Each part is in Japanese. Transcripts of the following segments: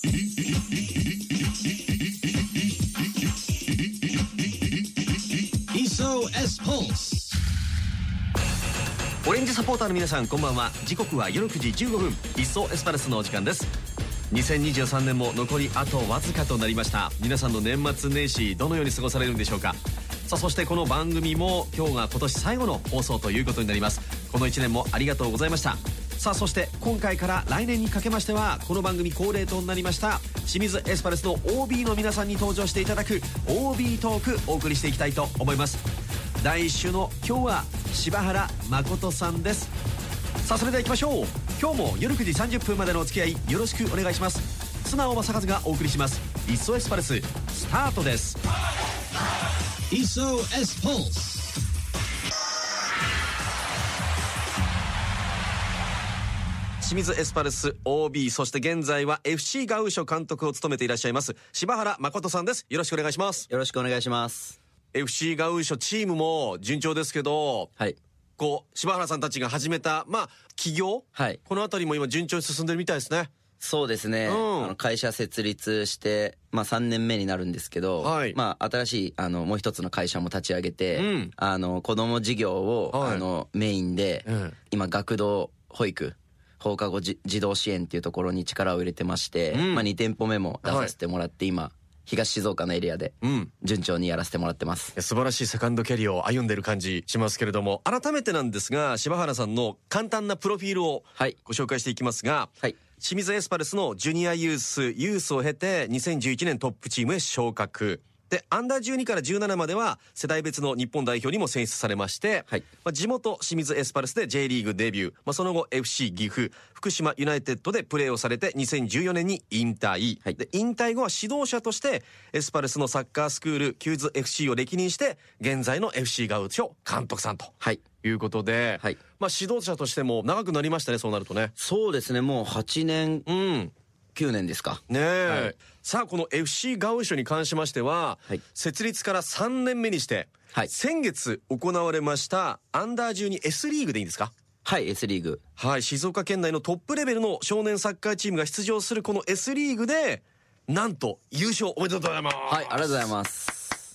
SOS Pulse。 オレンジサポーターの皆さんこんばんは。時刻は夜9時15分。一層エスパルスのお時間です。2023年も残りあとわずかとなりました。皆さんの年末年始どのように過ごされるんでしょうか。さあそしてこの番組も今日が今年最後の放送ということになります。この1年もありがとうございました。さあそして今回から来年にかけましてはこの番組恒例となりました清水エスパルスの OB の皆さんに登場していただく OB トークお送りしていきたいと思います。第1週の今日は柴原誠さんです。さあそれでは行きましょう。今日も夜9時30分までのお付き合いよろしくお願いします。綱尾正和がお送りしますいっそエスパルススタートです。 SOS Pulse。 清水エスパルス OB そして現在は FC ガウショ監督を務めていらっしゃいます柴原誠さんです。よろしくお願いします。 よろしくお願いします。 FC ガウショチームも順調ですけど、 はい、 こう柴原さんたちが始めた起業、 はい、 このあたりも今順調に進んでるみたいですね。 そうですね、会社設立して、3年目になるんですけど、はい、新しいもう一つの会社も立ち上げて、子供事業を、はい、メインで、今学童保育放課後児童支援っていうところに力を入れてまして、2店舗目も出させてもらって、今東静岡のエリアで順調にやらせてもらってます。 素晴らしいセカンドキャリアを歩んでる感じしますけれども、改めてなんですが柴原さんの簡単なプロフィールをご紹介していきますが、はい、清水エスパルスのジュニアユースを経て2011年トップチームへ昇格で、アンダー12から17までは世代別の日本代表にも選出されまして、はい、地元清水エスパルスで J リーグデビュー、その後 FC 岐阜福島ユナイテッドでプレーをされて2014年に引退、はい、で引退後は指導者としてエスパルスのサッカースクールキューズ FC を歴任して現在の FC ガウチョ監督さんと、はい、いうことで、はい、指導者としても長くなりましたね。そうなるとね。 そうですね、もう8年、9年ですかねえ、はい、さあこの FC ガウショに関しましては、はい、設立から3年目にして、はい、先月行われましたアンダー12 S リーグでいいんですか。 はい、 S リーグ、 はい、静岡県内のトップレベルの少年サッカーチームが出場するこの S リーグでなんと優勝おめでとうございます。 はい、ありがとうございます。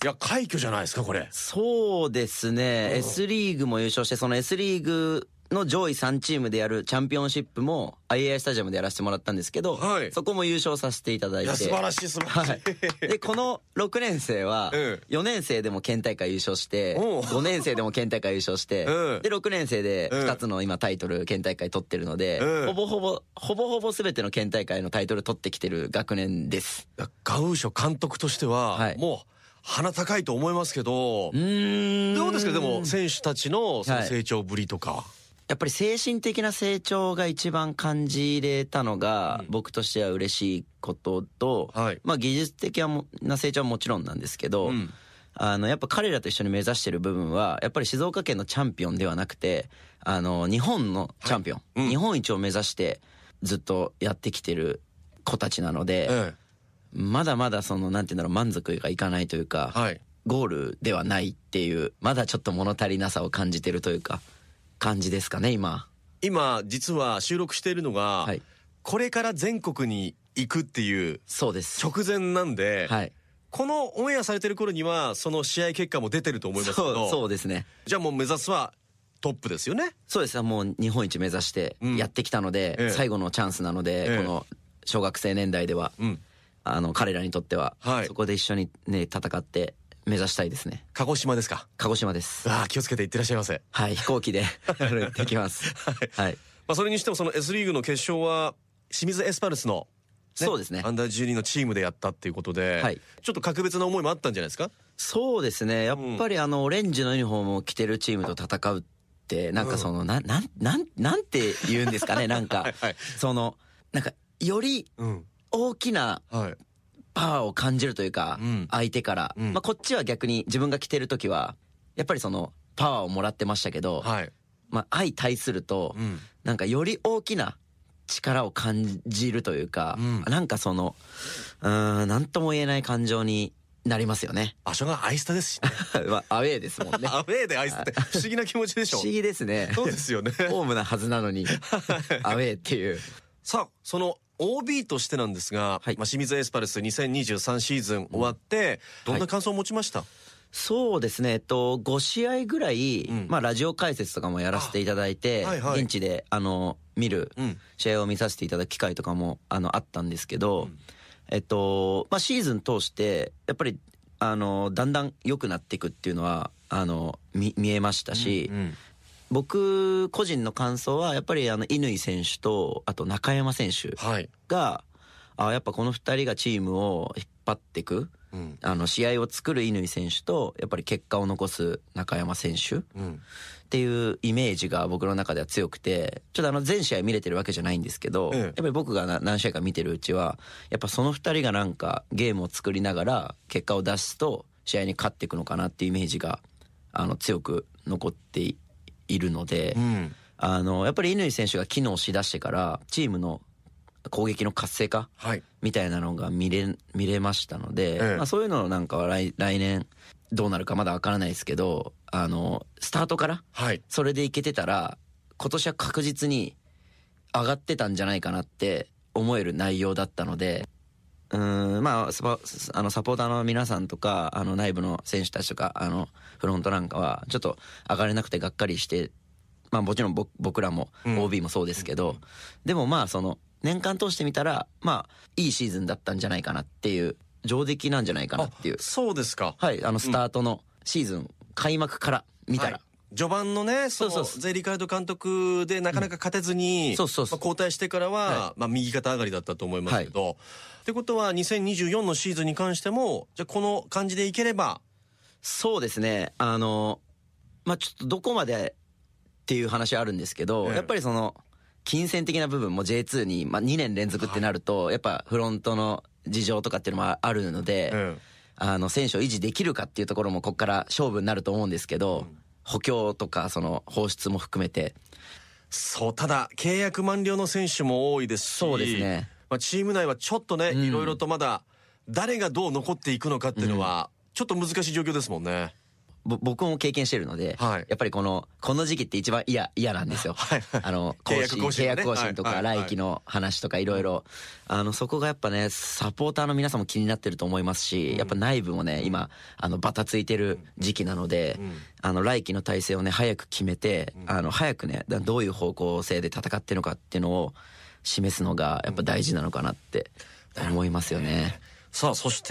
いや快挙じゃないですかこれ。 そうですね、S リーグも優勝して、その S リーグの上位3チームでやるチャンピオンシップも IAI スタジアムでやらせてもらったんですけど、はい、そこも優勝させていただいて。 いや素晴らしい素晴らしい、 はい、でこの6年生は4年生でも県大会優勝して、5年生でも県大会優勝して、で6年生で2つの今タイトル県大会取ってるので、ほぼほぼ全ての県大会のタイトル取ってきてる学年です。 ガウショ監督としては、はい、もう鼻高いと思いますけど、どうですか。でも選手たちのその成長ぶりとか、はい、 やっぱり精神的な成長が一番感じれたのが、僕としては嬉しいことと、はい、技術的な成長はもちろんなんですけど、やっぱ彼らと一緒に目指してる部分はやっぱり静岡県のチャンピオンではなくて、日本のチャンピオン、はい、日本一を目指してずっとやってきてる子たちなので、まだまだなんていうんだろう、満足がいかないというか、はい、ゴールではないっていう、まだちょっと物足りなさを感じてるというか感じですかね。今実は収録しているのが、はい、これから全国に行くっていうそうです直前なんで、はい、このオンエアされてる頃にはその試合結果も出てると思いますけど、 そうですね。 じゃあもう目指すはトップですよね。 そうです。もう日本一目指してやってきたので、最後のチャンスなので、この小学生年代では、彼らにとっては、はい、そこで一緒にね戦って目指したいですね。 鹿児島ですか。 鹿児島です。 気をつけて行ってらっしゃいませ。 はい、飛行機で行ってきますはい、 それにしてもその S リーグの決勝は清水エスパルスの、 そうですね、 アンダー12のチームでやったっていうことで、はい、ちょっと格別な思いもあったんじゃないですか。 そうですね、やっぱりオレンジのユニフォームを着てるチームと戦うってなんかなんて言うんですかねなんかはい、はい、なんかより大きな、パワーを感じるというか、相手から、こっちは逆に自分が着てる時はやっぱりパワーをもらってましたけど、はい、相対すると、なんかより大きな力を感じるというか、なんかなんとも言えない感情になりますよね。 場所がアイスタですしねアウェーですもんねアウェーでアイスって不思議な気持ちでしょ。 不思議ですね。 そうですよねホームなはずなのにアウェーっていう。 さあその OB としてなんですが、清水エスパルス2023シーズン終わって、どんな感想を持ちました？ そうですね、5試合ぐらい、ラジオ解説とかもやらせていただいて、現地で見る、試合を見させていただく機会とかもあったんですけど、シーズン通してやっぱりだんだん良くなっていくっていうのは見えましたし、僕個人の感想はやっぱり乾選手とあと中山選手が、やっぱこの2人がチームを引っ張っていく、試合を作る乾選手とやっぱり結果を残す中山選手っていうイメージが僕の中では強くて、ちょっと全試合見れてるわけじゃないんですけど、やっぱり僕が何試合か見てるうちはやっぱその2人がなんかゲームを作りながら結果を出すと試合に勝っていくのかなっていうイメージが強く残っているので、やっぱり乾選手が機能しだしてからチームの攻撃の活性化みたいなのが見れましたので、そういうのなんかは来年どうなるかまだわからないですけど、スタートからそれでいけてたら今年は確実に上がってたんじゃないかなって思える内容だったので、サポーターの皆さんとか内部の選手たちとかフロントなんかはちょっと上がれなくてがっかりして、もちろん僕らも OB もそうですけど、でもその年間通してみたらいいシーズンだったんじゃないかなっていう、上出来なんじゃないかなっていう。 そうですか。 スタートのシーズン開幕から見たら、 序盤のね、そのゼリカルド監督でなかなか勝てずに交代してからは、右肩上がりだったと思いますけど、ってことは2024のシーズンに関してもじゃあこの感じでいければ。 そうですね、ちょっとどこまでっていう話はあるんですけど、やっぱりその金銭的な部分も J2 に2年連続ってなると、やっぱフロントの事情とかっていうのもあるので、選手を維持できるかっていうところもここから勝負になると思うんですけど、補強とかその放出も含めて。 そう、ただ契約満了の選手も多いですし、 そうですね、 チーム内はちょっとね、いろいろとまだ誰がどう残っていくのかっていうのはちょっと難しい状況ですもんね。 僕も経験してるので、やっぱりこの時期って一番嫌なんですよ。契約更新とか来季の話とかいろいろ、そこがやっぱね、サポーターの皆さんも気になってると思いますし、やっぱ内部もね今バタついてる時期なので、来季の体制をね早く決めて、早くねどういう方向性で戦ってるのかっていうのを示すのがやっぱ大事なのかなって思いますよね。 さあ、そして、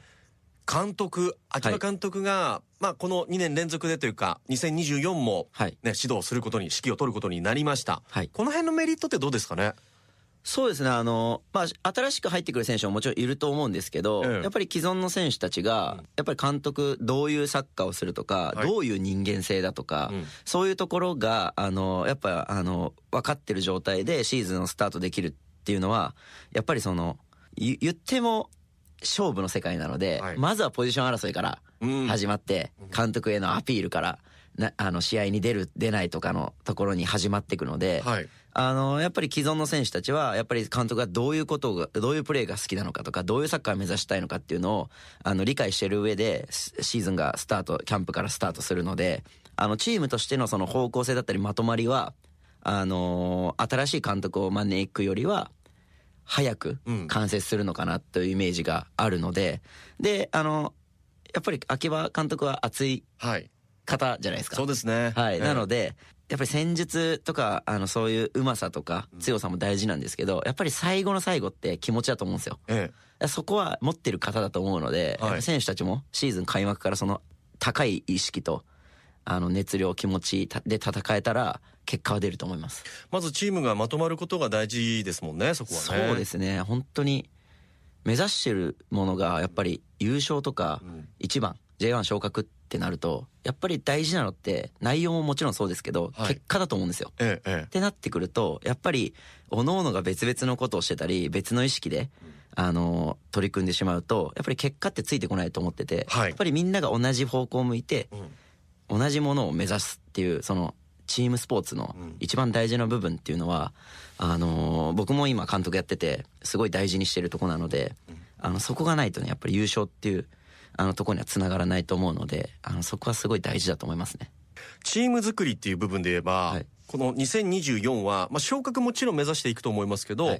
監督、秋葉監督が、この2年連続でというか2024も、指導することに、指揮を取ることになりました、この辺のメリットってどうですかね？ そうですね、新しく入ってくる選手ももちろんいると思うんですけど、やっぱり既存の選手たちが、やっぱり監督どういうサッカーをするとか、どういう人間性だとか、そういうところがやっぱ分かってる状態でシーズンをスタートできるっていうのは、やっぱりその言っても勝負の世界なので、まずはポジション争いから始まって、監督へのアピールから試合に出ないとかのところに始まっていくので、やっぱり既存の選手たちはやっぱり監督がどういうプレーが好きなのかとか、どういうサッカーを目指したいのかっていうのを理解してる上でシーズンがキャンプからスタートするので、チームとしてのその方向性だったりまとまりは新しい監督を招くよりは早く完成するのかなというイメージがあるので、でやっぱり秋葉監督は熱い方じゃないですか。 そうですね。 なのでやっぱり戦術とかそういううまさとか強さも大事なんですけど、やっぱり最後の最後って気持ちだと思うんですよ。そこは持ってる方だと思うので、選手たちもシーズン開幕からその高い意識と熱量、気持ちで戦えたら結果は出ると思います。 まずチームがまとまることが大事ですもんね、そこはね。 そうですね、本当に目指してるものがやっぱり優勝とか1番 J1 昇格ってなると、やっぱり大事なのって内容ももちろんそうですけど、結果だと思うんですよ。ってなってくると、やっぱり各々が別々のことをしてたり別の意識で取り組んでしまうと、やっぱり結果ってついてこないと思ってて、やっぱりみんなが同じ方向を向いて、同じものを目指すっていう、そのチームスポーツの一番大事な部分っていうのは、僕も今監督やっててすごい大事にしてるとこなので、そこがないとね、やっぱり優勝っていうとこにはつながらないと思うので、そこはすごい大事だと思いますね。 チーム作りっていう部分で言えば、この2024は、昇格もちろん目指していくと思いますけど、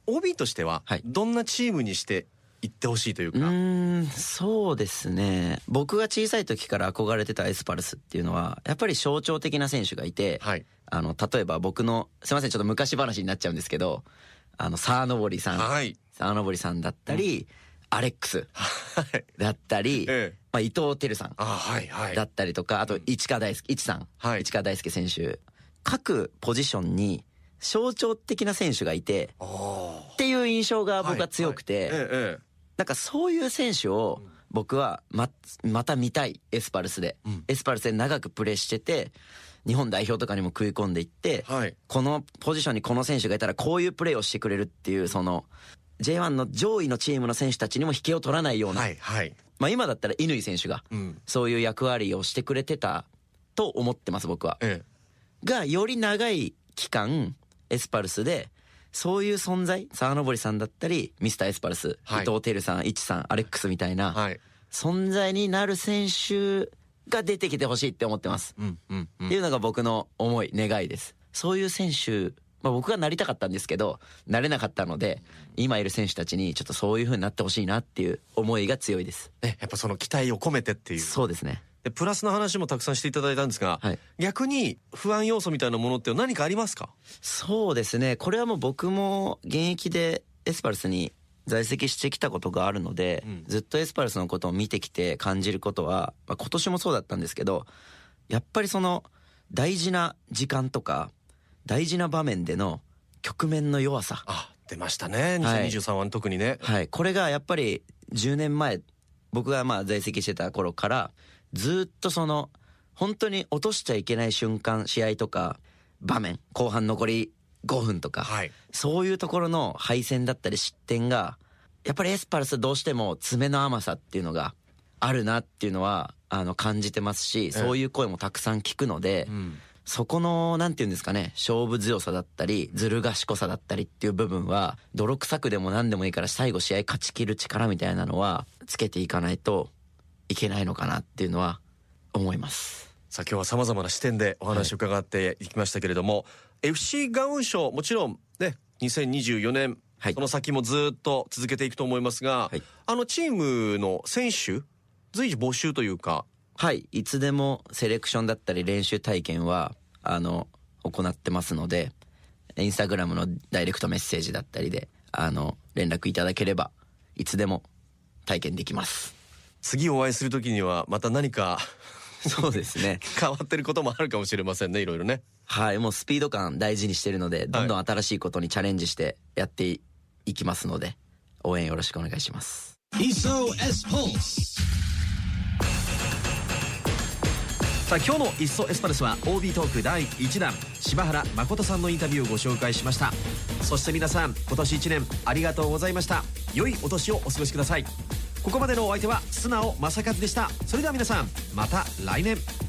OB としてはどんなチームにして行ってほしいというか。 そうですね、僕が小さい時から憧れてたエスパルスっていうのはやっぱり象徴的な選手がいて、はい、例えば僕のすいませんちょっと昔話になっちゃうんですけど、沢登さん、はい、沢登さんだったり、アレックスだったり、まあ、伊藤輝さんだったりとか、あと市川大輔さん、市川大輔選手、各ポジションに象徴的な選手がいてっていう印象が僕は強くて、なんかそういう選手を僕はまた見たい。エスパルスで長くプレーしてて日本代表とかにも食い込んでいって、このポジションにこの選手がいたらこういうプレーをしてくれるっていう、その J1 の上位のチームの選手たちにも引けを取らないような、まあ今だったら乾選手がそういう役割をしてくれてたと思ってます僕は。がより長い期間エスパルスでそういう存在、沢登さんだったりミスターエスパルス、伊藤輝さん、市さん、アレックスみたいな存在になる選手が出てきてほしいって思ってます、っていうのが僕の思い、願いです。そういう選手、まあ、僕がなりたかったんですけどなれなかったので、今いる選手たちにちょっとそういう風になってほしいなっていう思いが強いです、 やっぱその期待を込めてっていう。そうですね。でプラスの話もたくさんしていただいたんですが、逆に不安要素みたいなものって何かありますか？ そうですね、これはもう僕も現役でエスパルスに在籍してきたことがあるので、ずっとエスパルスのことを見てきて感じることは、まあ、今年もそうだったんですけど、やっぱりその大事な時間とか大事な場面での局面の弱さ。 出ましたね、2023は特にね。 これがやっぱり10年前僕がまあ在籍してた頃からずっとその本当に落としちゃいけない瞬間、試合とか場面、後半残り5分とか、そういうところの敗戦だったり失点がやっぱりエスパルスどうしても爪の甘さっていうのがあるなっていうのは感じてますし、そういう声もたくさん聞くので、そこのなんていうんですかね、勝負強さだったりずる賢さだったりっていう部分は泥臭くでも何でもいいから最後試合勝ち切る力みたいなのはつけていかないといけないのかなっていうのは思います。 さあ今日はさまざまな視点でお話を伺っていきましたけれども、FC ガウン賞もちろんね2024年、その先もずっと続けていくと思いますが、チームの選手随時募集というか、 いつでもセレクションだったり練習体験は行ってますので、インスタグラムのダイレクトメッセージだったりで連絡いただければいつでも体験できます。 次お会いする時にはまた何かそうですね変わってることもあるかもしれませんね、いろいろね。 もうスピード感大事にしてるので、どんどん新しいことにチャレンジしてやっていきますので、応援よろしくお願いします。 磯 S ポルス。 さあ今日のイッソエスパルスは OB トーク第1弾、柴原誠さんのインタビューをご紹介しました。そして皆さん今年1年ありがとうございました。良いお年をお過ごしください。ここまでのお相手は素直正和でした。それでは皆さんまた来年。